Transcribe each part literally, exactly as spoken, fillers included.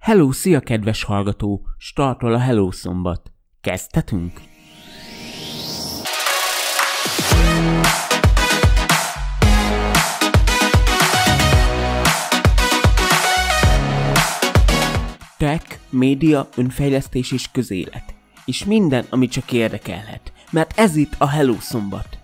Hello, szia kedves hallgató! Startol a Hello Szombat. Kezdhetünk? Tech, média, önfejlesztés és közélet. És minden, ami csak érdekelhet. Mert ez itt a Hello Szombat.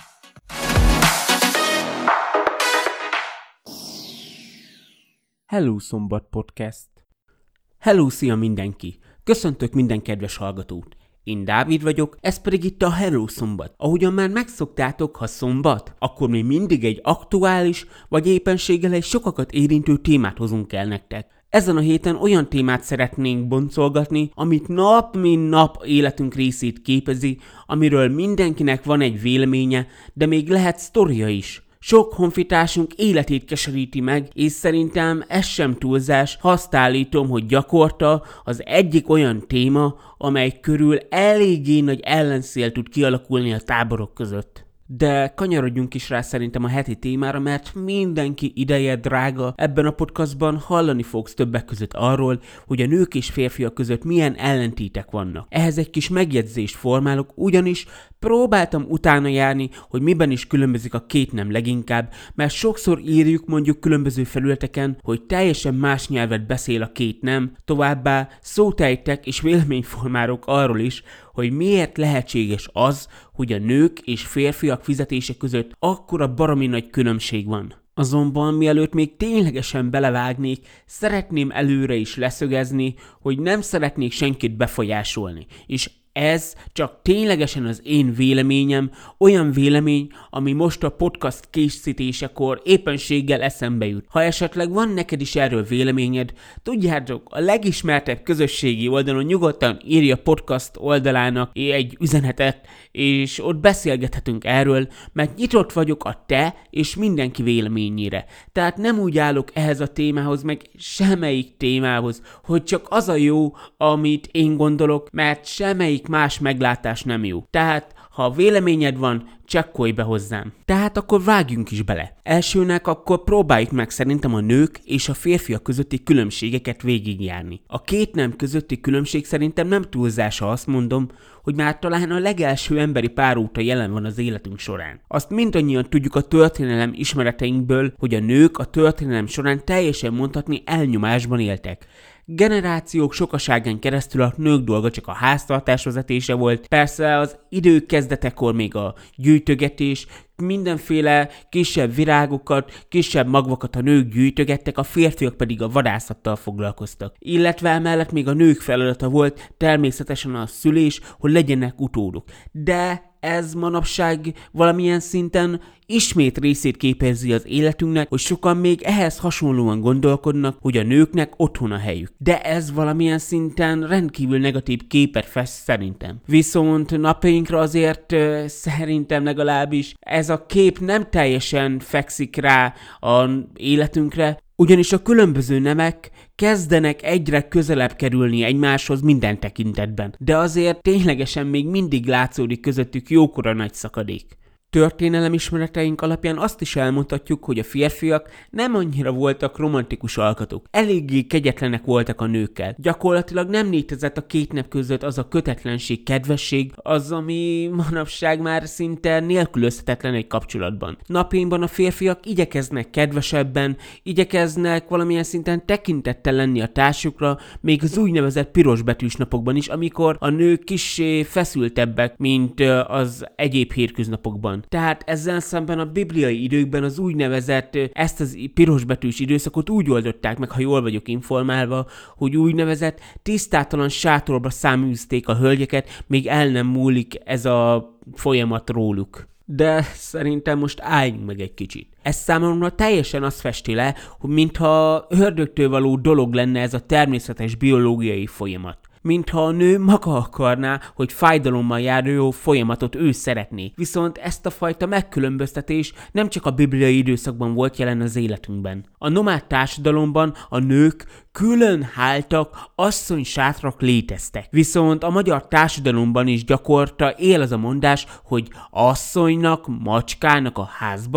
Hello Szombat Podcast. Hello, szia mindenki! Köszöntök minden kedves hallgatót! Én Dávid vagyok, ez pedig itt a Hello Szombat. Ahogyan már megszoktátok, ha szombat, akkor még mindig egy aktuális, vagy éppenséggel egy sokakat érintő témát hozunk el nektek. Ezen a héten olyan témát szeretnénk boncolgatni, amit nap mint nap életünk részét képezi, amiről mindenkinek van egy véleménye, de még lehet sztoria is. Sok honfitársunk életét keseríti meg, és szerintem ez sem túlzás, ha azt állítom, hogy gyakorta az egyik olyan téma, amely körül eléggé nagy ellenszél tud kialakulni a táborok között. De kanyarodjunk is rá szerintem a heti témára, mert mindenki ideje drága. Ebben a podcastban hallani fogsz többek között arról, hogy a nők és férfiak között milyen ellentétek vannak. Ehhez egy kis megjegyzést formálok, ugyanis próbáltam utána járni, hogy miben is különbözik a két nem leginkább, mert sokszor írjuk mondjuk különböző felületeken, hogy teljesen más nyelvet beszél a két nem, továbbá szótejtek és véleményformálok arról is, hogy miért lehetséges az, hogy a nők és férfiak fizetése között akkora baromi nagy különbség van. Azonban mielőtt még ténylegesen belevágnék, szeretném előre is leszögezni, hogy nem szeretnék senkit befolyásolni, és ez csak ténylegesen az én véleményem, olyan vélemény, ami most a podcast készítésekor éppenséggel eszembe jut. Ha esetleg van neked is erről véleményed, tudjátok, a legismertebb közösségi oldalon nyugodtan írj a podcast oldalának egy üzenetet, és ott beszélgethetünk erről, mert nyitott vagyok a te és mindenki véleményére. Tehát nem úgy állok ehhez a témához, meg semmelyik témához, hogy csak az a jó, amit én gondolok, mert semmelyik más meglátás nem jó. Tehát, ha a véleményed van, csekkolj be hozzám. Tehát akkor vágjunk is bele. Elsőnek akkor próbáljuk meg szerintem a nők és a férfiak közötti különbségeket végigjárni. A két nem közötti különbség szerintem nem túlzás, ha azt mondom, hogy már talán a legelső emberi pár óta jelen van az életünk során. Azt mindannyian tudjuk a történelem ismereteinkből, hogy a nők a történelem során teljesen mondhatni elnyomásban éltek. Generációk sokaságán keresztül a nők dolga csak a háztartás vezetése volt, persze az idő kezdetekor még a gyűjtögetés, mindenféle kisebb virágokat, kisebb magvakat a nők gyűjtögettek, a férfiak pedig a vadászattal foglalkoztak. Illetve emellett még a nők feladata volt természetesen a szülés, hogy legyenek utódok. De ez manapság valamilyen szinten ismét részét képezi az életünknek, hogy sokan még ehhez hasonlóan gondolkodnak, hogy a nőknek otthon a helyük. De ez valamilyen szinten rendkívül negatív képet fest szerintem. Viszont napjainkra azért uh, szerintem legalábbis ez a kép nem teljesen fekszik rá az életünkre, ugyanis a különböző nemek kezdenek egyre közelebb kerülni egymáshoz minden tekintetben, de azért ténylegesen még mindig látszódik közöttük jókora nagy szakadék. Történelem ismereteink alapján azt is elmondhatjuk, hogy a férfiak nem annyira voltak romantikus alkatok. Eléggé kegyetlenek voltak a nőkkel. Gyakorlatilag nem létezett a két nep között az a kötetlenség, kedvesség, az, ami manapság már szinte nélkülözhetetlen egy kapcsolatban. Napjainkban a férfiak igyekeznek kedvesebben, igyekeznek valamilyen szinten tekintettel lenni a társukra, még az úgynevezett pirosbetűs napokban is, amikor a nők kissé feszültebbek, mint az egyéb hétköznapokban. Tehát ezzel szemben a bibliai időkben az úgynevezett, ezt az pirosbetűs időszakot úgy oldották meg, ha jól vagyok informálva, hogy úgynevezett tisztátalan sátorba száműzték a hölgyeket, még el nem múlik ez a folyamat róluk. De szerintem most álljunk meg egy kicsit. Ez számomra teljesen azt festi le, hogy mintha ördögtől való dolog lenne ez a természetes biológiai folyamat. Mintha a nő maga akarná, hogy fájdalommal járó folyamatot ő szeretné. Viszont ezt a fajta megkülönböztetés nem csak a bibliai időszakban volt jelen az életünkben. A nomád társadalomban a nők külön háltak, asszonysátrak léteztek. Viszont a magyar társadalomban is gyakorta él az a mondás, hogy asszonynak, macskának a házban,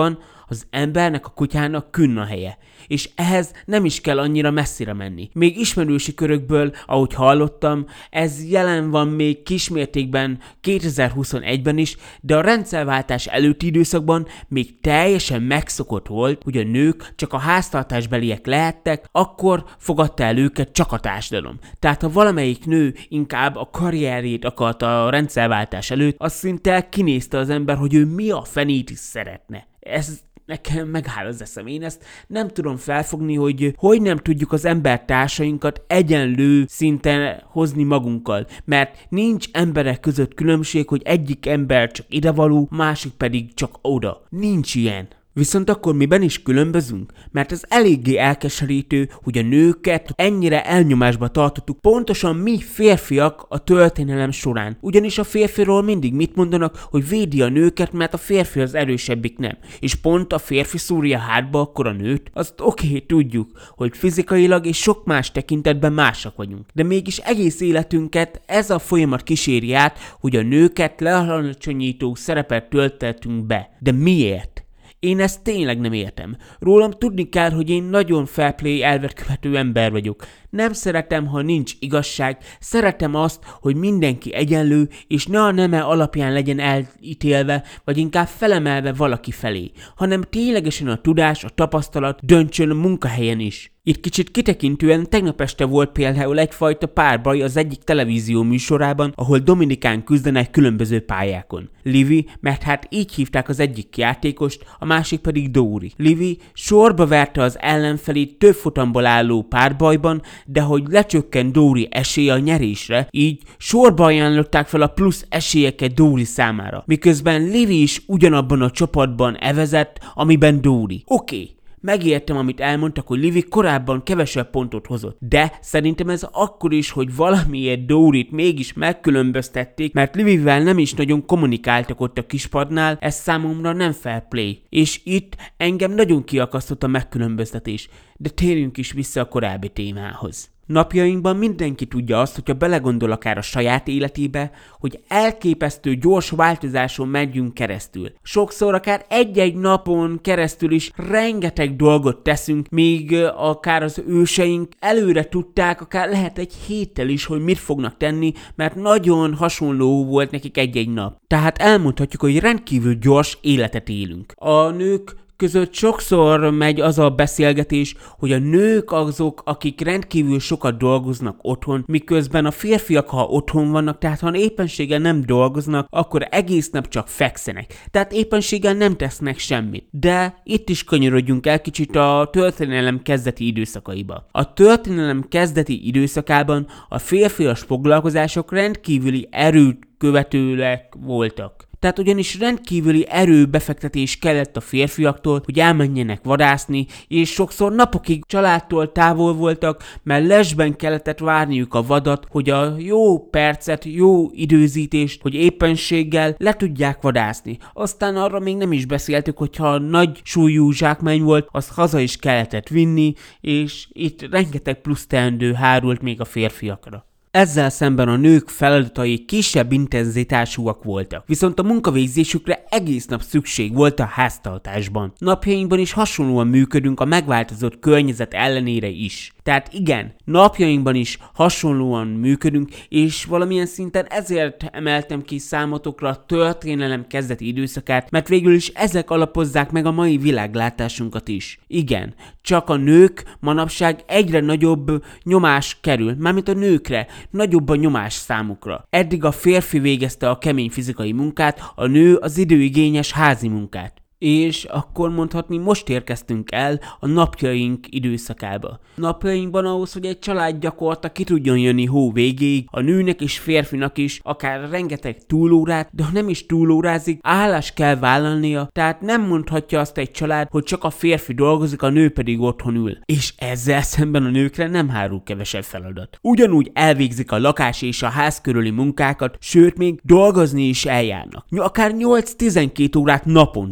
Az embernek, a kutyának künn a helye. És ehhez nem is kell annyira messzire menni. Még ismerősi körökből, ahogy hallottam, ez jelen van még kismértékben kétezer-huszonegyben is, de a rendszerváltás előtti időszakban még teljesen megszokott volt, hogy a nők csak a háztartásbeliek lehettek, akkor fogadta el őket csak a társadalom. Tehát ha valamelyik nő inkább a karrierjét akarta a rendszerváltás előtt, azt szinte kinézte az ember, hogy ő mi a fenét is szeretne. Ez nekem megáll az eszem. Én ezt nem tudom felfogni, hogy hogy nem tudjuk az embertársainkat egyenlő szinten hozni magunkkal, mert nincs emberek között különbség, hogy egyik ember csak idevaló, másik pedig csak oda. Nincs ilyen. Viszont akkor miben is különbözünk? Mert ez eléggé elkeserítő, hogy a nőket ennyire elnyomásba tartottuk, pontosan mi férfiak a történelem során. Ugyanis a férfiról mindig mit mondanak, hogy védi a nőket, mert a férfi az erősebbik nem. És pont a férfi szúrja hátba akkor a nőt. Azt oké, okay, tudjuk, hogy fizikailag és sok más tekintetben másak vagyunk. De mégis egész életünket ez a folyamat kíséri át, hogy a nőket lealacsonyító szerepet töltettünk be. De miért? Én ezt tényleg nem értem. Rólam tudni kell, hogy én nagyon fair play elvet követő ember vagyok. Nem szeretem, ha nincs igazság, szeretem azt, hogy mindenki egyenlő, és ne a neme alapján legyen elítélve, vagy inkább felemelve valaki felé, hanem ténylegesen a tudás, a tapasztalat döntsön a munkahelyen is. Itt kicsit kitekintően tegnap este volt például egyfajta párbaj az egyik televízió műsorában, ahol Dominikán küzdenek különböző pályákon. Livy, mert hát így hívták az egyik játékost, a másik pedig Dóri. Livy sorba verte az ellenfelét több futamból álló párbajban, de hogy lecsökkent Dóri esélye a nyerésre, így sorba ajánlották fel a plusz esélyeket Dóri számára, miközben Livy is ugyanabban a csapatban evezett, amiben Dóri. Oké. Okay. Megértem, amit elmondtak, hogy Livy korábban kevesebb pontot hozott, de szerintem ez akkor is, hogy valamiért Dórit mégis megkülönböztették, mert Livyvel nem is nagyon kommunikáltak ott a kispadnál, ez számomra nem fair play. És itt engem nagyon kiakasztott a megkülönböztetés, de térjünk is vissza a korábbi témához. Napjainkban mindenki tudja azt, hogyha belegondol akár a saját életébe, hogy elképesztő gyors változáson megyünk keresztül. Sokszor akár egy-egy napon keresztül is rengeteg dolgot teszünk, míg akár az őseink előre tudták, akár lehet egy héttel is, hogy mit fognak tenni, mert nagyon hasonló volt nekik egy-egy nap. Tehát elmondhatjuk, hogy rendkívül gyors életet élünk. A nők között sokszor megy az a beszélgetés, hogy a nők azok, akik rendkívül sokat dolgoznak otthon, miközben a férfiak, ha otthon vannak, tehát ha éppenséggel nem dolgoznak, akkor egész nap csak fekszenek. Tehát éppenséggel nem tesznek semmit. De itt is kanyarodjunk el kicsit a történelem kezdeti időszakaiba. A történelem kezdeti időszakában a férfias foglalkozások rendkívüli erőt követőek voltak. Tehát ugyanis rendkívüli erőbefektetés kellett a férfiaktól, hogy elmenjenek vadászni, és sokszor napokig családtól távol voltak, mert lesben kellett várniuk a vadat, hogy a jó percet, jó időzítést, hogy éppenséggel le tudják vadászni. Aztán arra még nem is beszéltük, hogyha nagy súlyú zsákmány volt, azt haza is kellett vinni, és itt rengeteg plusz teendő hárult még a férfiakra. Ezzel szemben a nők feladatai kisebb intenzitásúak voltak, viszont a munkavégzésükre egész nap szükség volt a háztartásban. Napjainkban is hasonlóan működünk a megváltozott környezet ellenére is. Tehát igen, napjainkban is hasonlóan működünk, és valamilyen szinten ezért emeltem ki számotokra a történelem kezdeti időszakát, mert végül is ezek alapozzák meg a mai világlátásunkat is. Igen, csak a nők manapság egyre nagyobb nyomás kerül, mármint a nőkre, nagyobb a nyomás számukra. Eddig a férfi végezte a kemény fizikai munkát, a nő az időigényes házi munkát. És akkor mondhatni, most érkeztünk el a napjaink időszakába. Napjainkban ahhoz, hogy egy család gyakorta ki tudjon jönni hó végéig, a nőnek és férfinak is, akár rengeteg túlórát, de ha nem is túlórázik, állást kell vállalnia, tehát nem mondhatja azt egy család, hogy csak a férfi dolgozik, a nő pedig otthon ül. És ezzel szemben a nőkre nem hárul kevesebb feladat. Ugyanúgy elvégzik a lakás és a ház körüli munkákat, sőt még dolgozni is eljárnak. Akár nyolc-tizenkét órát naponta.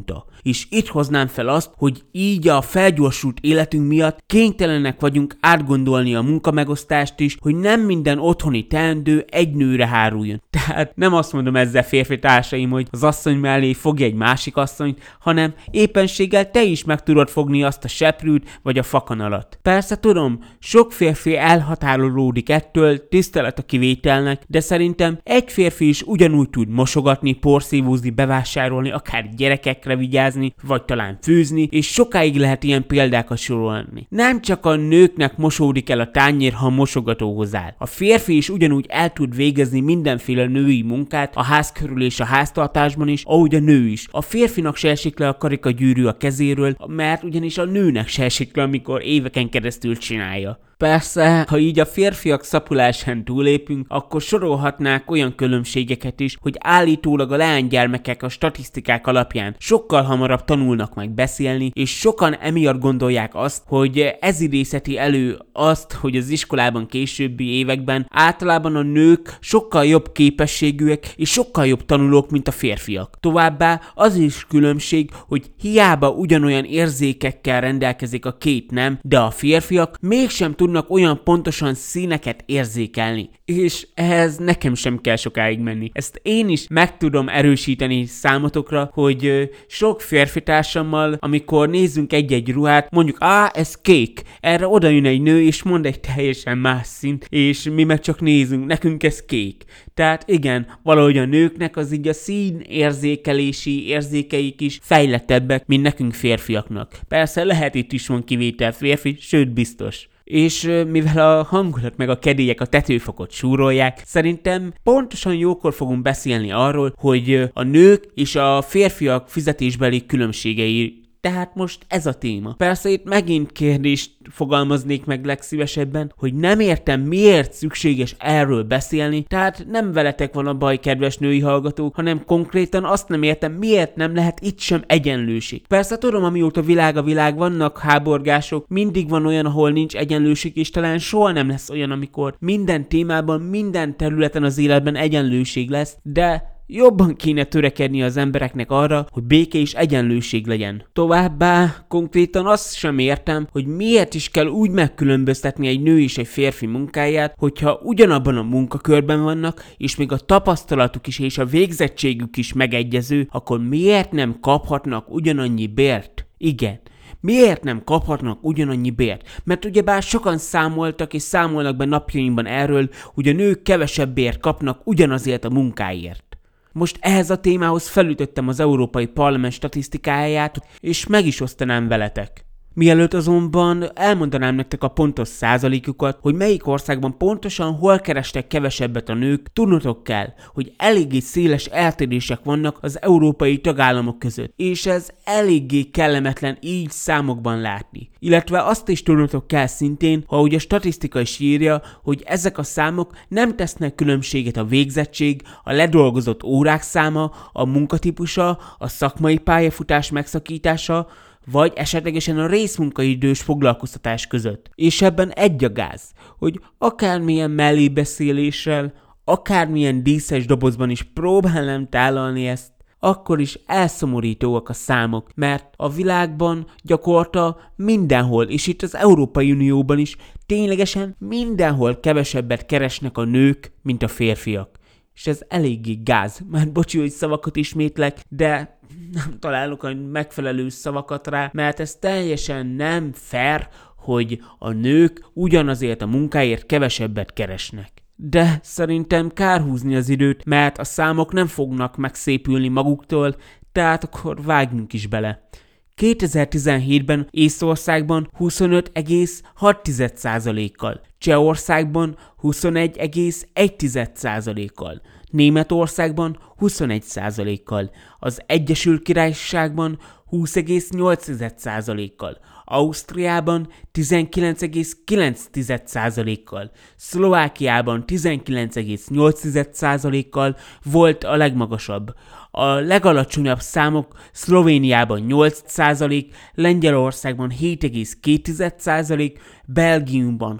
és itt hoznám fel azt, hogy így a felgyorsult életünk miatt kénytelenek vagyunk átgondolni a munkamegosztást is, hogy nem minden otthoni teendő egy nőre háruljon. Tehát nem azt mondom ezzel, férfi társaim, hogy az asszony mellé fogj egy másik asszonyt, hanem éppenséggel te is meg tudod fogni azt a seprűt vagy a fakanalat. Persze tudom, sok férfi elhatárolódik ettől, tisztelet a kivételnek, de szerintem egy férfi is ugyanúgy tud mosogatni, porszívózni, bevásárolni, akár gyerekekre vigyázni, vagy talán főzni, és sokáig lehet ilyen példákat sorolni. Nem csak a nőknek mosódik el a tányér, ha a mosogatóhoz áll. A férfi is ugyanúgy el tud végezni mindenféle női munkát a ház körül és a háztartásban is, ahogy a nő is. A férfinak se esik le a karikagyűrű a kezéről, mert ugyanis a nőnek se esik le, amikor éveken keresztül csinálja. Persze, ha így a férfiak szapulásán túlépünk, akkor sorolhatnák olyan különbségeket is, hogy állítólag a leánygyermekek a statisztikák alapján sokkal hamarabb tanulnak meg beszélni, és sokan emiatt gondolják azt, hogy ez idézheti elő azt, hogy az iskolában későbbi években általában a nők sokkal jobb képességűek és sokkal jobb tanulók, mint a férfiak. Továbbá az is különbség, hogy hiába ugyanolyan érzékekkel rendelkezik a két nem, de a férfiak mégsem tudnak olyan pontosan színeket érzékelni. És ehhez nekem sem kell sokáig menni. Ezt én is meg tudom erősíteni számotokra, hogy sok férfitársammal, amikor nézzünk egy-egy ruhát, mondjuk, á, ez kék. Erre oda jön egy nő, és mond egy teljesen más színt, és mi meg csak nézünk, nekünk ez kék. Tehát igen, valahogy a nőknek az így a szín érzékelési érzékeik is fejlettebbek, mint nekünk férfiaknak. Persze lehet itt is van kivétel férfi, sőt biztos. És mivel a hangulat meg a kedélyek a tetőfokot súrolják, szerintem pontosan jókor fogunk beszélni arról, hogy a nők és a férfiak fizetésbeli különbségei. Tehát most ez a téma. Persze itt megint kérdést fogalmaznék meg legszívesebben, hogy nem értem, miért szükséges erről beszélni, tehát nem veletek van a baj, kedves női hallgatók, hanem konkrétan azt nem értem, miért nem lehet itt sem egyenlőség. Persze tudom, amióta világ a világ, vannak háborgások, mindig van olyan, ahol nincs egyenlőség, és talán soha nem lesz olyan, amikor minden témában, minden területen az életben egyenlőség lesz, de jobban kéne törekedni az embereknek arra, hogy béke és egyenlőség legyen. Továbbá konkrétan azt sem értem, hogy miért is kell úgy megkülönböztetni egy nő és egy férfi munkáját, hogyha ugyanabban a munkakörben vannak, és még a tapasztalatuk is és a végzettségük is megegyező, akkor miért nem kaphatnak ugyanannyi bért? Igen. Miért nem kaphatnak ugyanannyi bért? Mert ugyebár sokan számoltak és számolnak be napjainkban erről, hogy a nők kevesebb bért kapnak ugyanazért a munkáért. Most ehhez a témához felütöttem az Európai Parlament statisztikáját, és meg is osztanám veletek. Mielőtt azonban elmondanám nektek a pontos százalékukat, hogy melyik országban pontosan hol kerestek kevesebbet a nők, tudnotok kell, hogy eléggé széles eltérések vannak az európai tagállamok között, és ez eléggé kellemetlen így számokban látni. Illetve azt is tudnotok kell szintén, ha ugye a statisztika is írja, hogy ezek a számok nem tesznek különbséget a végzettség, a ledolgozott órák száma, a munkatípusa, a szakmai pályafutás megszakítása, vagy esetlegesen a részmunkaidős foglalkoztatás között. És ebben egy a gáz, hogy akármilyen mellébeszéléssel, akármilyen díszes dobozban is próbálnám tálalni ezt, akkor is elszomorítóak a számok, mert a világban gyakorta mindenhol, és itt az Európai Unióban is ténylegesen mindenhol kevesebbet keresnek a nők, mint a férfiak. És ez eléggé gáz. Már bocsi, hogy szavakat ismétlek, de nem találok a megfelelő szavakat rá, mert ez teljesen nem fair, hogy a nők ugyanazért a munkáért kevesebbet keresnek. De szerintem kár húzni az időt, mert a számok nem fognak megszépülni maguktól, tehát akkor vágjunk is bele. kétezer-tizenhétben Észtországban huszonöt egész hat százalékkal, Csehországban huszonegy egész egy százalékkal, Németországban huszonegy százalékkal, az Egyesült Királyságban húsz egész nyolc százalékkal, Ausztriában tizenkilenc egész kilenc százalékkal, Szlovákiában tizenkilenc egész nyolc százalékkal volt a legmagasabb. A legalacsonyabb számok Szlovéniában nyolc százalék, Lengyelországban hét egész két százalék, Belgiumban hat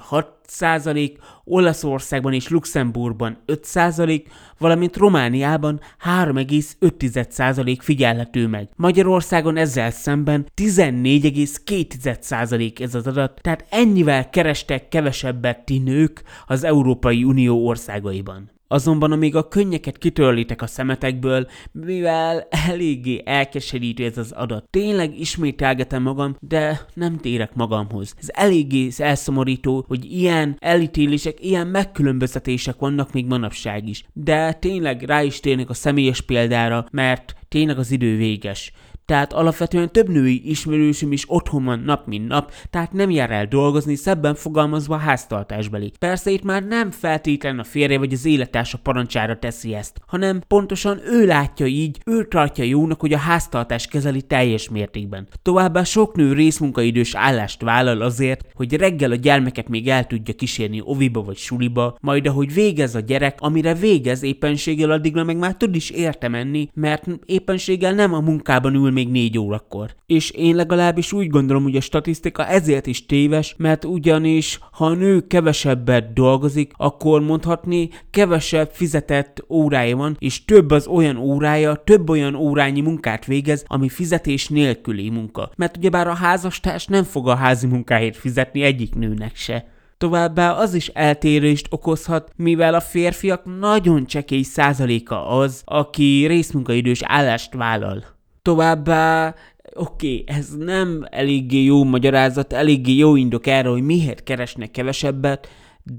százalék, Olaszországban és Luxemburgban öt százalék, valamint Romániában három egész öt százalék figyelhető meg. Magyarországon ezzel szemben tizennégy egész két százalék ez az adat, tehát ennyivel kerestek kevesebbet ti nők az Európai Unió országaiban. Azonban amíg a könnyeket kitörlitek a szemetekből, mivel eléggé elkeserítő ez az adat. Tényleg ismételgetem magam, de nem térek magamhoz. Ez eléggé elszomorító, hogy ilyen elítélések, ilyen megkülönböztetések vannak még manapság is. De tényleg rá is térnek a személyes példára, mert tényleg az idő véges. Tehát alapvetően több női ismerősöm is otthon van nap mint nap, tehát nem jár el dolgozni, szebben fogalmazva háztartásbeli. Persze itt már nem feltétlenül a férje vagy az élettársa parancsára teszi ezt, hanem pontosan ő látja így, ő tartja jónak, hogy a háztartás kezeli teljes mértékben. Továbbá sok nő részmunkaidős állást vállal azért, hogy reggel a gyermeket még el tudja kísérni oviba vagy suliba, majd ahogy végez a gyerek, amire végez éppenséggel, addigra meg már tud is érte menni, mert éppenséggel nem a munkában ül még négy órakor. És én legalábbis úgy gondolom, hogy a statisztika ezért is téves, mert ugyanis, ha a nő kevesebbet dolgozik, akkor mondhatni kevesebb fizetett órája van, és több az olyan órája, több olyan órányi munkát végez, ami fizetés nélküli munka. Mert ugyebár a házastárs nem fog a házi munkáért fizetni egyik nőnek se. Továbbá az is eltérést okozhat, mivel a férfiak nagyon csekély százaléka az, aki részmunkaidős állást vállal. Továbbá, oké, okay, ez nem eléggé jó magyarázat, eléggé jó indok erre, hogy miért keresnek kevesebbet,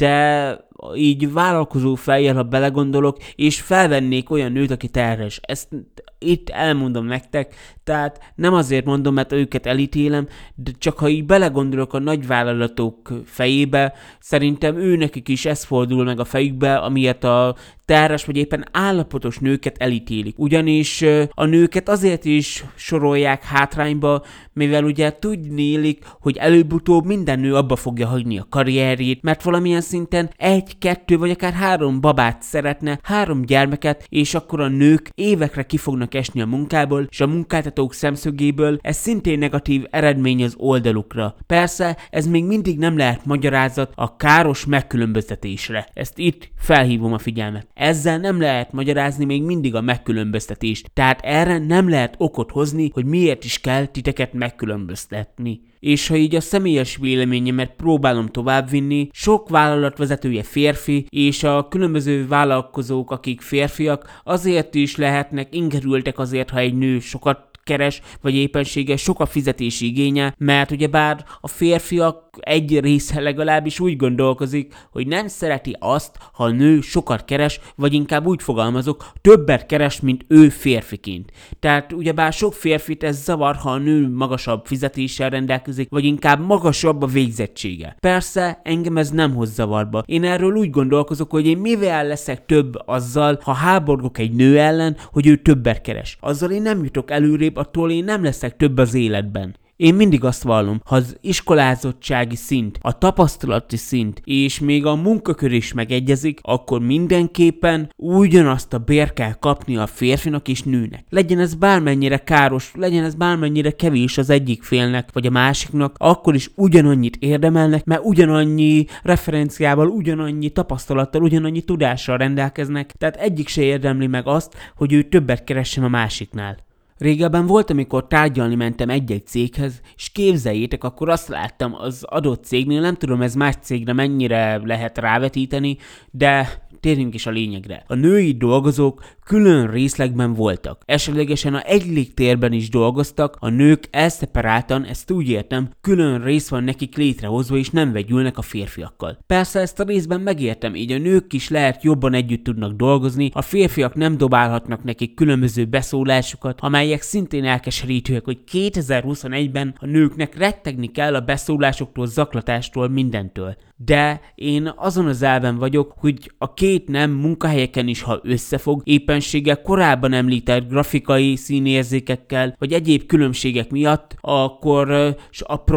de így vállalkozó fejjel, ha belegondolok, és felvennék olyan nőt, akit erre is. Ezt itt elmondom nektek, tehát nem azért mondom, mert őket elítélem, de csak ha így belegondolok a nagyvállalatok fejébe, szerintem őnekik is ez fordul meg a fejükbe, amiért a terhes vagy éppen állapotos nőket elítélik. Ugyanis a nőket azért is sorolják hátrányba, mivel ugye tudnélik, hogy előbb-utóbb minden nő abba fogja hagyni a karrierjét, mert valamilyen szinten egy, kettő vagy akár három babát szeretne, három gyermeket, és akkor a nők évekre ki fognak esni a munkából, és a munkáltatók szemszögéből ez szintén negatív eredmény az oldalukra. Persze, ez még mindig nem lehet magyarázat a káros megkülönböztetésre. Ezt itt felhívom a figyelmet. Ezzel nem lehet magyarázni még mindig a megkülönböztetést, tehát erre nem lehet okot hozni, hogy miért is kell titeket megkülönböztetni. És ha így a személyes véleményemet próbálom továbbvinni, sok vállalatvezetője férfi, és a különböző vállalkozók, akik férfiak, azért is lehetnek ingerültek azért, ha egy nő sokat keres, vagy éppenséggel sok a fizetési igénye, mert ugyebár a férfiak egy része legalábbis úgy gondolkozik, hogy nem szereti azt, ha a nő sokat keres, vagy inkább úgy fogalmazok, többet keres, mint ő férfiként. Tehát ugyebár sok férfit ez zavar, ha a nő magasabb fizetéssel rendelkezik, vagy inkább magasabb a végzettsége. Persze, engem ez nem hoz zavarba. Én erről úgy gondolkozok, hogy én mivel leszek több azzal, ha háborgok egy nő ellen, hogy ő többet keres. Azzal én nem jutok előrébb, attól én nem leszek több az életben. Én mindig azt vallom, ha az iskolázottsági szint, a tapasztalati szint és még a munkakör is megegyezik, akkor mindenképpen ugyanazt a bért kell kapni a férfinak és nőnek. Legyen ez bármennyire káros, legyen ez bármennyire kevés az egyik félnek vagy a másiknak, akkor is ugyanannyit érdemelnek, mert ugyanannyi referenciával, ugyanannyi tapasztalattal, ugyanannyi tudással rendelkeznek, tehát egyik se érdemli meg azt, hogy ő többet keressen a másiknál. Régebben volt, amikor tárgyalni mentem egy-egy céghez, és képzeljétek, akkor azt láttam az adott cégnél, nem tudom ez más cégre mennyire lehet rávetíteni, de térjünk is a lényegre. A női dolgozók külön részlegben voltak. Esetlegesen a egy légtérben is dolgoztak, a nők elszeparáltan, ezt úgy értem, külön rész van nekik létrehozva és nem vegyülnek a férfiakkal. Persze ezt a részben megértem, így a nők is lehet jobban együtt tudnak dolgozni, a férfiak nem dobálhatnak nekik különböző beszólásokat, amelyek szintén elkeserítőek, hogy kétezer-huszonegyben a nőknek rettegni kell a beszólásoktól, zaklatástól, mindentől. De én azon az elven vagyok, hogy a két nem munkahelyeken is, ha összefog, éppenséggel korábban említett grafikai színérzékekkel, vagy egyéb különbségek miatt, akkor a projekt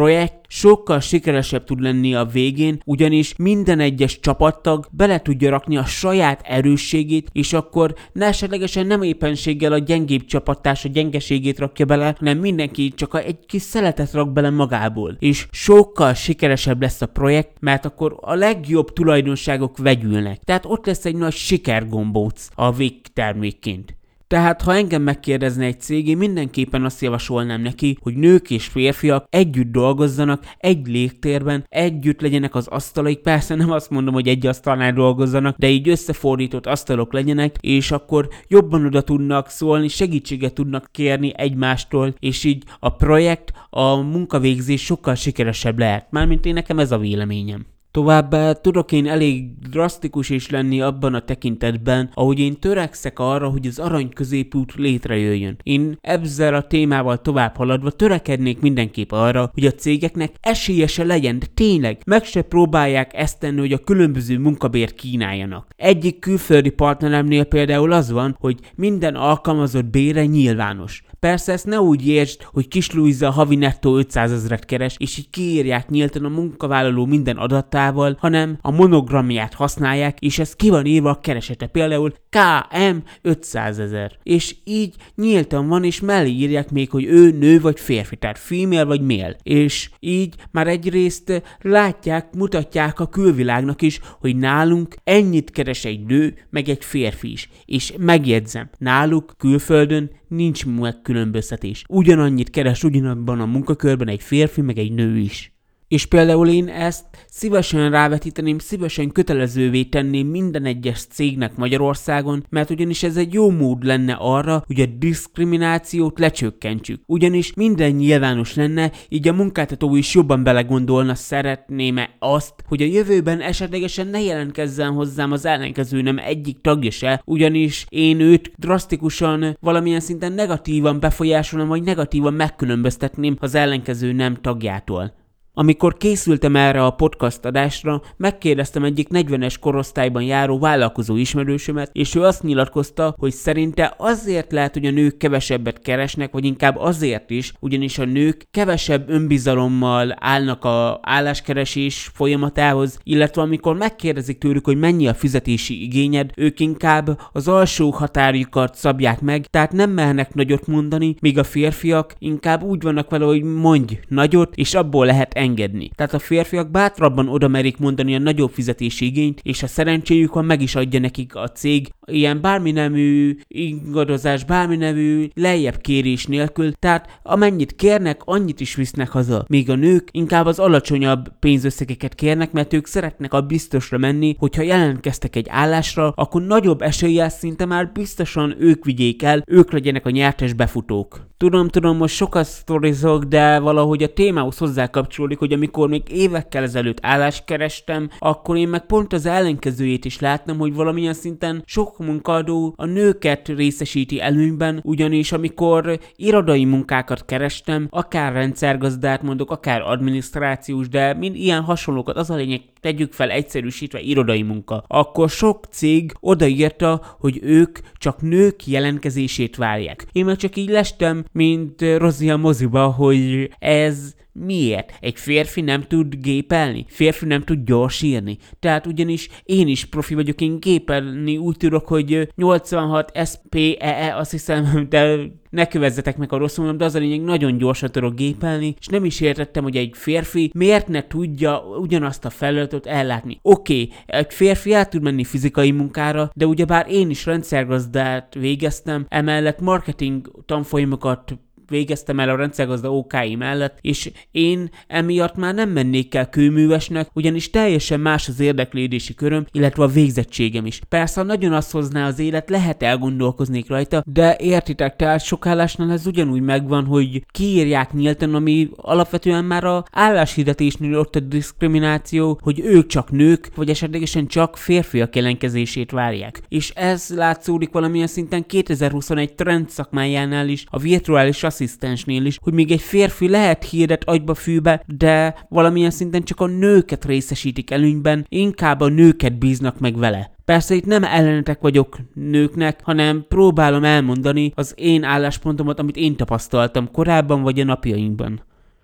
sokkal sikeresebb tud lenni a végén, ugyanis minden egyes csapattag bele tudja rakni a saját erősségét, és akkor ne esetlegesen nem éppenséggel a gyengébb csapattárs a gyengeségét rakja bele, hanem mindenki csak egy kis szeletet rak bele magából. És sokkal sikeresebb lesz a projekt, mert akkor a legjobb tulajdonságok vegyülnek. Tehát ott lesz egy nagy sikergombóc a végtermékként. Tehát, ha engem megkérdezne egy cég, én mindenképpen azt javasolnám neki, hogy nők és férfiak együtt dolgozzanak, egy légtérben, együtt legyenek az asztalaik. Persze nem azt mondom, hogy egy asztalnál dolgozzanak, de így összefordított asztalok legyenek, és akkor jobban oda tudnak szólni, segítséget tudnak kérni egymástól, és így a projekt, a munkavégzés sokkal sikeresebb lehet. Mármint én nekem ez a véleményem. Továbbá tudok én elég drasztikus is lenni abban a tekintetben, ahogy én törekszek arra, hogy az arany középút létrejöjjön. Én ezzel a témával tovább haladva törekednék mindenképp arra, hogy a cégeknek esélye se legyen, de tényleg meg se próbálják ezt tenni, hogy a különböző munkabért kínáljanak. Egyik külföldi partneremnél például az van, hogy minden alkalmazott bére nyilvános. Persze ezt ne úgy értsd, hogy Kis Luisa havi nettó ötszázezret keres, és így kiírják nyíltan a munkavállaló minden adatával, hanem a monogramját használják, és ez ki van írva a keresete, például ká em ötszázezer. És így nyíltan van, és mellé írják még, hogy ő nő vagy férfi, tehát female vagy male. És így már egyrészt látják, mutatják a külvilágnak is, hogy nálunk ennyit keres egy nő, meg egy férfi is. És megjegyzem, náluk külföldön nincs megkülönböztetés. Ugyanannyit keres ugyanabban a munkakörben egy férfi, meg egy nő is. És például én ezt szívesen rávetíteném, szívesen kötelezővé tenném minden egyes cégnek Magyarországon, mert ugyanis ez egy jó mód lenne arra, hogy a diszkriminációt lecsökkentsük. Ugyanis minden nyilvános lenne, így a munkáltató is jobban belegondolna, szeretném-e azt, hogy a jövőben esetlegesen ne jelentkezzen hozzám az ellenkező nem egyik tagja se, ugyanis én őt drasztikusan valamilyen szinten negatívan befolyásolom, vagy negatívan megkülönböztetném az ellenkező nem tagjától. Amikor készültem erre a podcast adásra, megkérdeztem egyik negyvenes korosztályban járó vállalkozó ismerősömet, és ő azt nyilatkozta, hogy szerinte azért lehet, hogy a nők kevesebbet keresnek, vagy inkább azért is, ugyanis a nők kevesebb önbizalommal állnak a álláskeresés folyamatához, illetve amikor megkérdezik tőlük, hogy mennyi a fizetési igényed, ők inkább az alsó határjukat szabják meg, tehát nem mernek nagyot mondani, míg a férfiak inkább úgy vannak vele, hogy mondj nagyot, és abból lehet engedni. Tehát a férfiak bátrabban oda merik mondani a nagyobb fizetési igényt, és a szerencséjük van, meg is adja nekik a cég ilyen bármi nemű ingadozás, bármi nemű lejjebb kérés nélkül, tehát amennyit kérnek, annyit is visznek haza. Míg a nők inkább az alacsonyabb pénzösszegeket kérnek, mert ők szeretnek a biztosra menni, hogyha jelentkeztek egy állásra, akkor nagyobb eséllyel szinte már biztosan ők vigyék el, ők legyenek a nyertes befutók. Tudom, tudom, most sokat sztorizok, de valahogy a témához hozzá kapcsolódik, hogy amikor még évekkel ezelőtt állást kerestem, akkor én meg pont az ellenkezőjét is láttam, hogy valamilyen szinten sok munkadó a nőket részesíti előnyben, ugyanis amikor irodai munkákat kerestem, akár rendszergazdát mondok, akár adminisztrációs, de mind ilyen hasonlókat, az a lényeg, tegyük fel egyszerűsítve irodai munka, akkor sok cég odaírta, hogy ők csak nők jelentkezését várják. Én meg csak így lestem, mint Rozi a moziba, hogy ez miért? Egy férfi nem tud gépelni? Férfi nem tud gyors írni? Tehát ugyanis én is profi vagyok, én gépelni úgy tudok, hogy nyolcvanhat es pé e e, azt hiszem, de ne kövezzetek meg a rosszul mondom, de az a lényeg, nagyon gyorsan tudok gépelni, és nem is értettem, hogy egy férfi miért ne tudja ugyanazt a feladatot ellátni. Oké, okay, egy férfi el tud menni fizikai munkára, de ugyebár én is rendszergazdát végeztem, emellett marketing tanfolyamokat végeztem el a rendszergazda ó ká i mellett, és én emiatt már nem mennék el kőművesnek, ugyanis teljesen más az érdeklődési köröm, illetve a végzettségem is. Persze, ha nagyon azt hozná az élet, lehet elgondolkoznék rajta, de értitek, tehát sok állásnál ez ugyanúgy megvan, hogy kiírják nyíltan, ami alapvetően már a álláshirdetésnél ott a diszkrimináció, hogy ők csak nők, vagy esetlegesen csak férfiak jelentkezését várják. És ez látszódik valamilyen szinten kétezer-huszonegy trend szakmájánál is, a virtuális asszisztensnél is, hogy még egy férfi lehet hirdet agyba fűbe, de valamilyen szinten csak a nőket részesítik előnyben, inkább a nőket bíznak meg vele. Persze itt nem ellenetek vagyok nőknek, hanem próbálom elmondani az én álláspontomat, amit én tapasztaltam korábban vagy a napjainkban.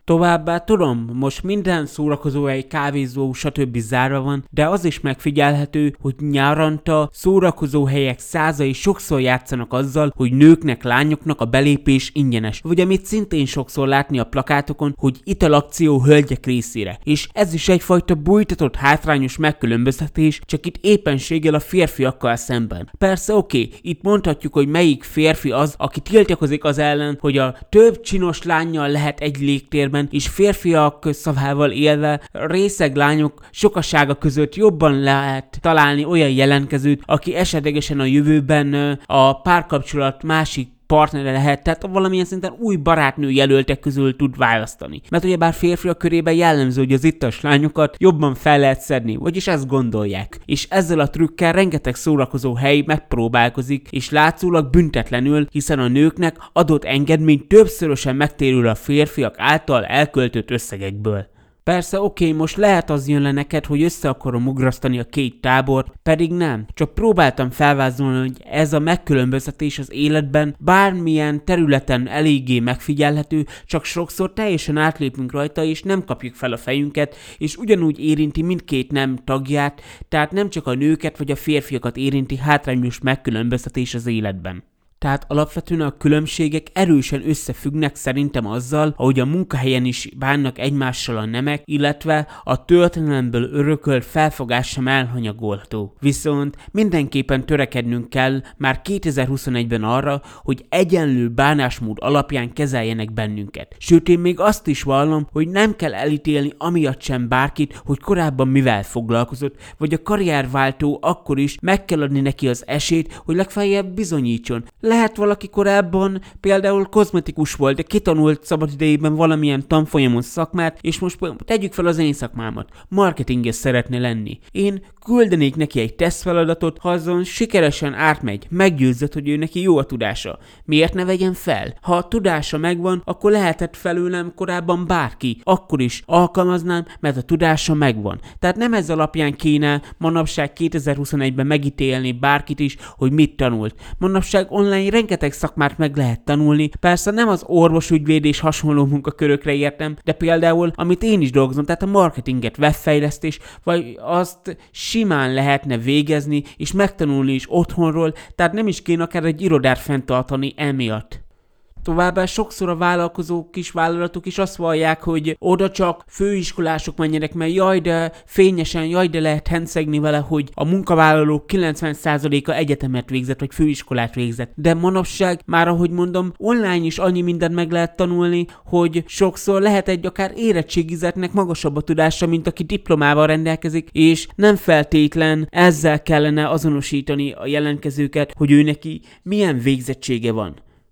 Továbbá tudom, most minden szórakozóhely, kávézó, stb. Zárva van, de az is megfigyelhető, hogy nyáranta szórakozóhelyek százai sokszor játszanak azzal, hogy nőknek, lányoknak a belépés ingyenes. Vagy amit szintén sokszor látni a plakátokon, hogy italakció hölgyek részére. És ez is egyfajta bújtatott hátrányos megkülönböztetés, csak itt éppenséggel a férfiakkal szemben. Persze oké, okay, itt mondhatjuk, hogy melyik férfi az, aki tiltakozik az ellen, hogy a több csinos lánnyal lehet egy légtérben, és férfiak szavával élve részeg lányok sokasága között jobban lehet találni olyan jelentkezőt, aki esetlegesen a jövőben a párkapcsolat másik partnere lehet, tehát valamilyen szinten új barátnő jelöltek közül tud választani. Mert ugyebár férfiak körében jellemző, hogy az ittas lányokat jobban fel lehet szedni, vagyis ezt gondolják. És ezzel a trükkel rengeteg szórakozó hely megpróbálkozik, és látszólag büntetlenül, hiszen a nőknek adott engedmény többszörösen megtérül a férfiak által elköltött összegekből. Persze oké, okay, most lehet az jön le neked, hogy össze akarom ugrasztani a két tábort, pedig nem. Csak próbáltam felvázolni, hogy ez a megkülönböztetés az életben bármilyen területen eléggé megfigyelhető, csak sokszor teljesen átlépünk rajta, és nem kapjuk fel a fejünket, és ugyanúgy érinti mindkét nem tagját, tehát nem csak a nőket vagy a férfiakat érinti hátrányos megkülönböztetés az életben. Tehát alapvetően a különbségek erősen összefüggnek szerintem azzal, ahogy a munkahelyen is bánnak egymással a nemek, illetve a történelemből örökölt felfogás sem elhanyagolható. Viszont mindenképpen törekednünk kell már kétezer-huszonegyben arra, hogy egyenlő bánásmód alapján kezeljenek bennünket. Sőt, én még azt is vallom, hogy nem kell elítélni amiatt sem bárkit, hogy korábban mivel foglalkozott, vagy a karrierváltó akkor is meg kell adni neki az esélyt, hogy legfeljebb bizonyítson. Lehet valaki korábban például kozmetikus volt, de kitanult szabadidejében valamilyen tanfolyamon szakmát, és most tegyük fel az én szakmámat. Marketinges szeretne lenni. Én küldenék neki egy tesztfeladatot, ha azon sikeresen átmegy, meggyőzött, hogy ő neki jó a tudása. Miért ne vegyen fel? Ha a tudása megvan, akkor lehetett felőlem korábban bárki. Akkor is alkalmaznám, mert a tudása megvan. Tehát nem ez alapján kéne manapság kétezer-huszonegyben megítélni bárkit is, hogy mit tanult. Manapság online rengeteg szakmát meg lehet tanulni, persze nem az orvosügyvéd és hasonló munkakörökre értem, de például, amit én is dolgozom, tehát a marketinget, webfejlesztés, vagy azt simán lehetne végezni, és megtanulni is otthonról, tehát nem is kéne akár egy irodát fenntartani emiatt. Továbbá sokszor a vállalkozók, kis vállalatok is azt vallják, hogy oda csak főiskolások menjenek, mert jaj, de fényesen, jaj, de lehet henszegni vele, hogy a munkavállalók kilencven százaléka egyetemet végzett, vagy főiskolát végzett. De manapság, már ahogy mondom, online is annyi mindent meg lehet tanulni, hogy sokszor lehet egy akár érettségizetnek magasabb a tudása, mint aki diplomával rendelkezik, és nem feltétlen ezzel kellene azonosítani a jelentkezőket, hogy ő neki milyen végzettsége van.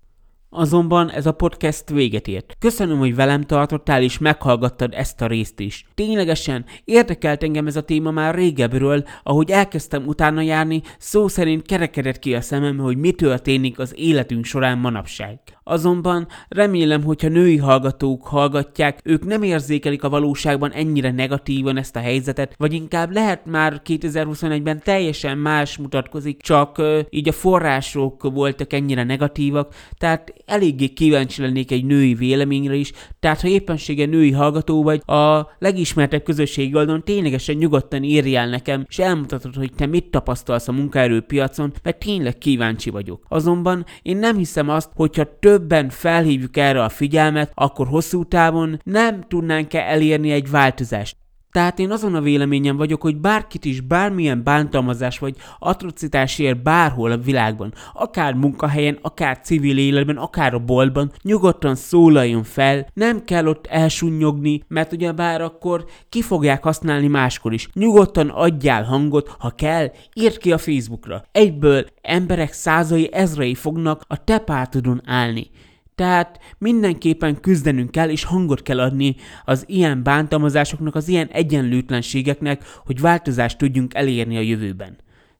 Azonban ez a podcast véget ért. Köszönöm, hogy velem tartottál és meghallgattad ezt a részt is. Ténylegesen érdekelt engem ez a téma már régebről, ahogy elkezdtem utána járni, szó szerint kerekedett ki a szemem, hogy mi történik az életünk során manapság. Azonban remélem, hogyha női hallgatók hallgatják, ők nem érzékelik a valóságban ennyire negatívan ezt a helyzetet, vagy inkább lehet már kétezer-huszonegyben teljesen más mutatkozik, csak uh, így a források voltak ennyire negatívak, tehát eléggé kíváncsi lennék egy női véleményre is, tehát ha éppenséggel női hallgató vagy, a legismertebb közösségi oldalon ténylegesen nyugodtan írj el nekem, és elmutatod, hogy te mit tapasztalsz a munkaerőpiacon, mert tényleg kíváncsi vagyok. Azonban én nem hiszem azt, hogyha többen felhívjuk erre a figyelmet, akkor hosszú távon nem tudnánk-e elérni egy változást. Tehát én azon a véleményen vagyok, hogy bárkit is bármilyen bántalmazás vagy atrocitás ér bárhol a világban, akár munkahelyen, akár civil életben, akár a boltban, nyugodtan szólaljon fel, nem kell ott elsúnyogni, mert ugyebár akkor ki fogják használni máskor is. Nyugodtan adjál hangot, ha kell, írd ki a Facebookra. Egyből emberek százai, ezrei fognak a te pártodon állni. Tehát mindenképpen küzdenünk kell, és hangot kell adni az ilyen bántalmazásoknak, az ilyen egyenlőtlenségeknek, hogy változást tudjunk elérni a jövőben.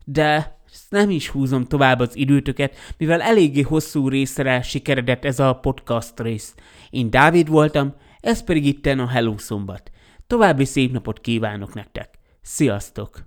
De nem is húzom tovább az időtöket, mivel eléggé hosszú részre sikeredett ez a podcast rész. Én Dávid voltam, ez pedig itten a Hello Szombat. További szép napot kívánok nektek. Sziasztok!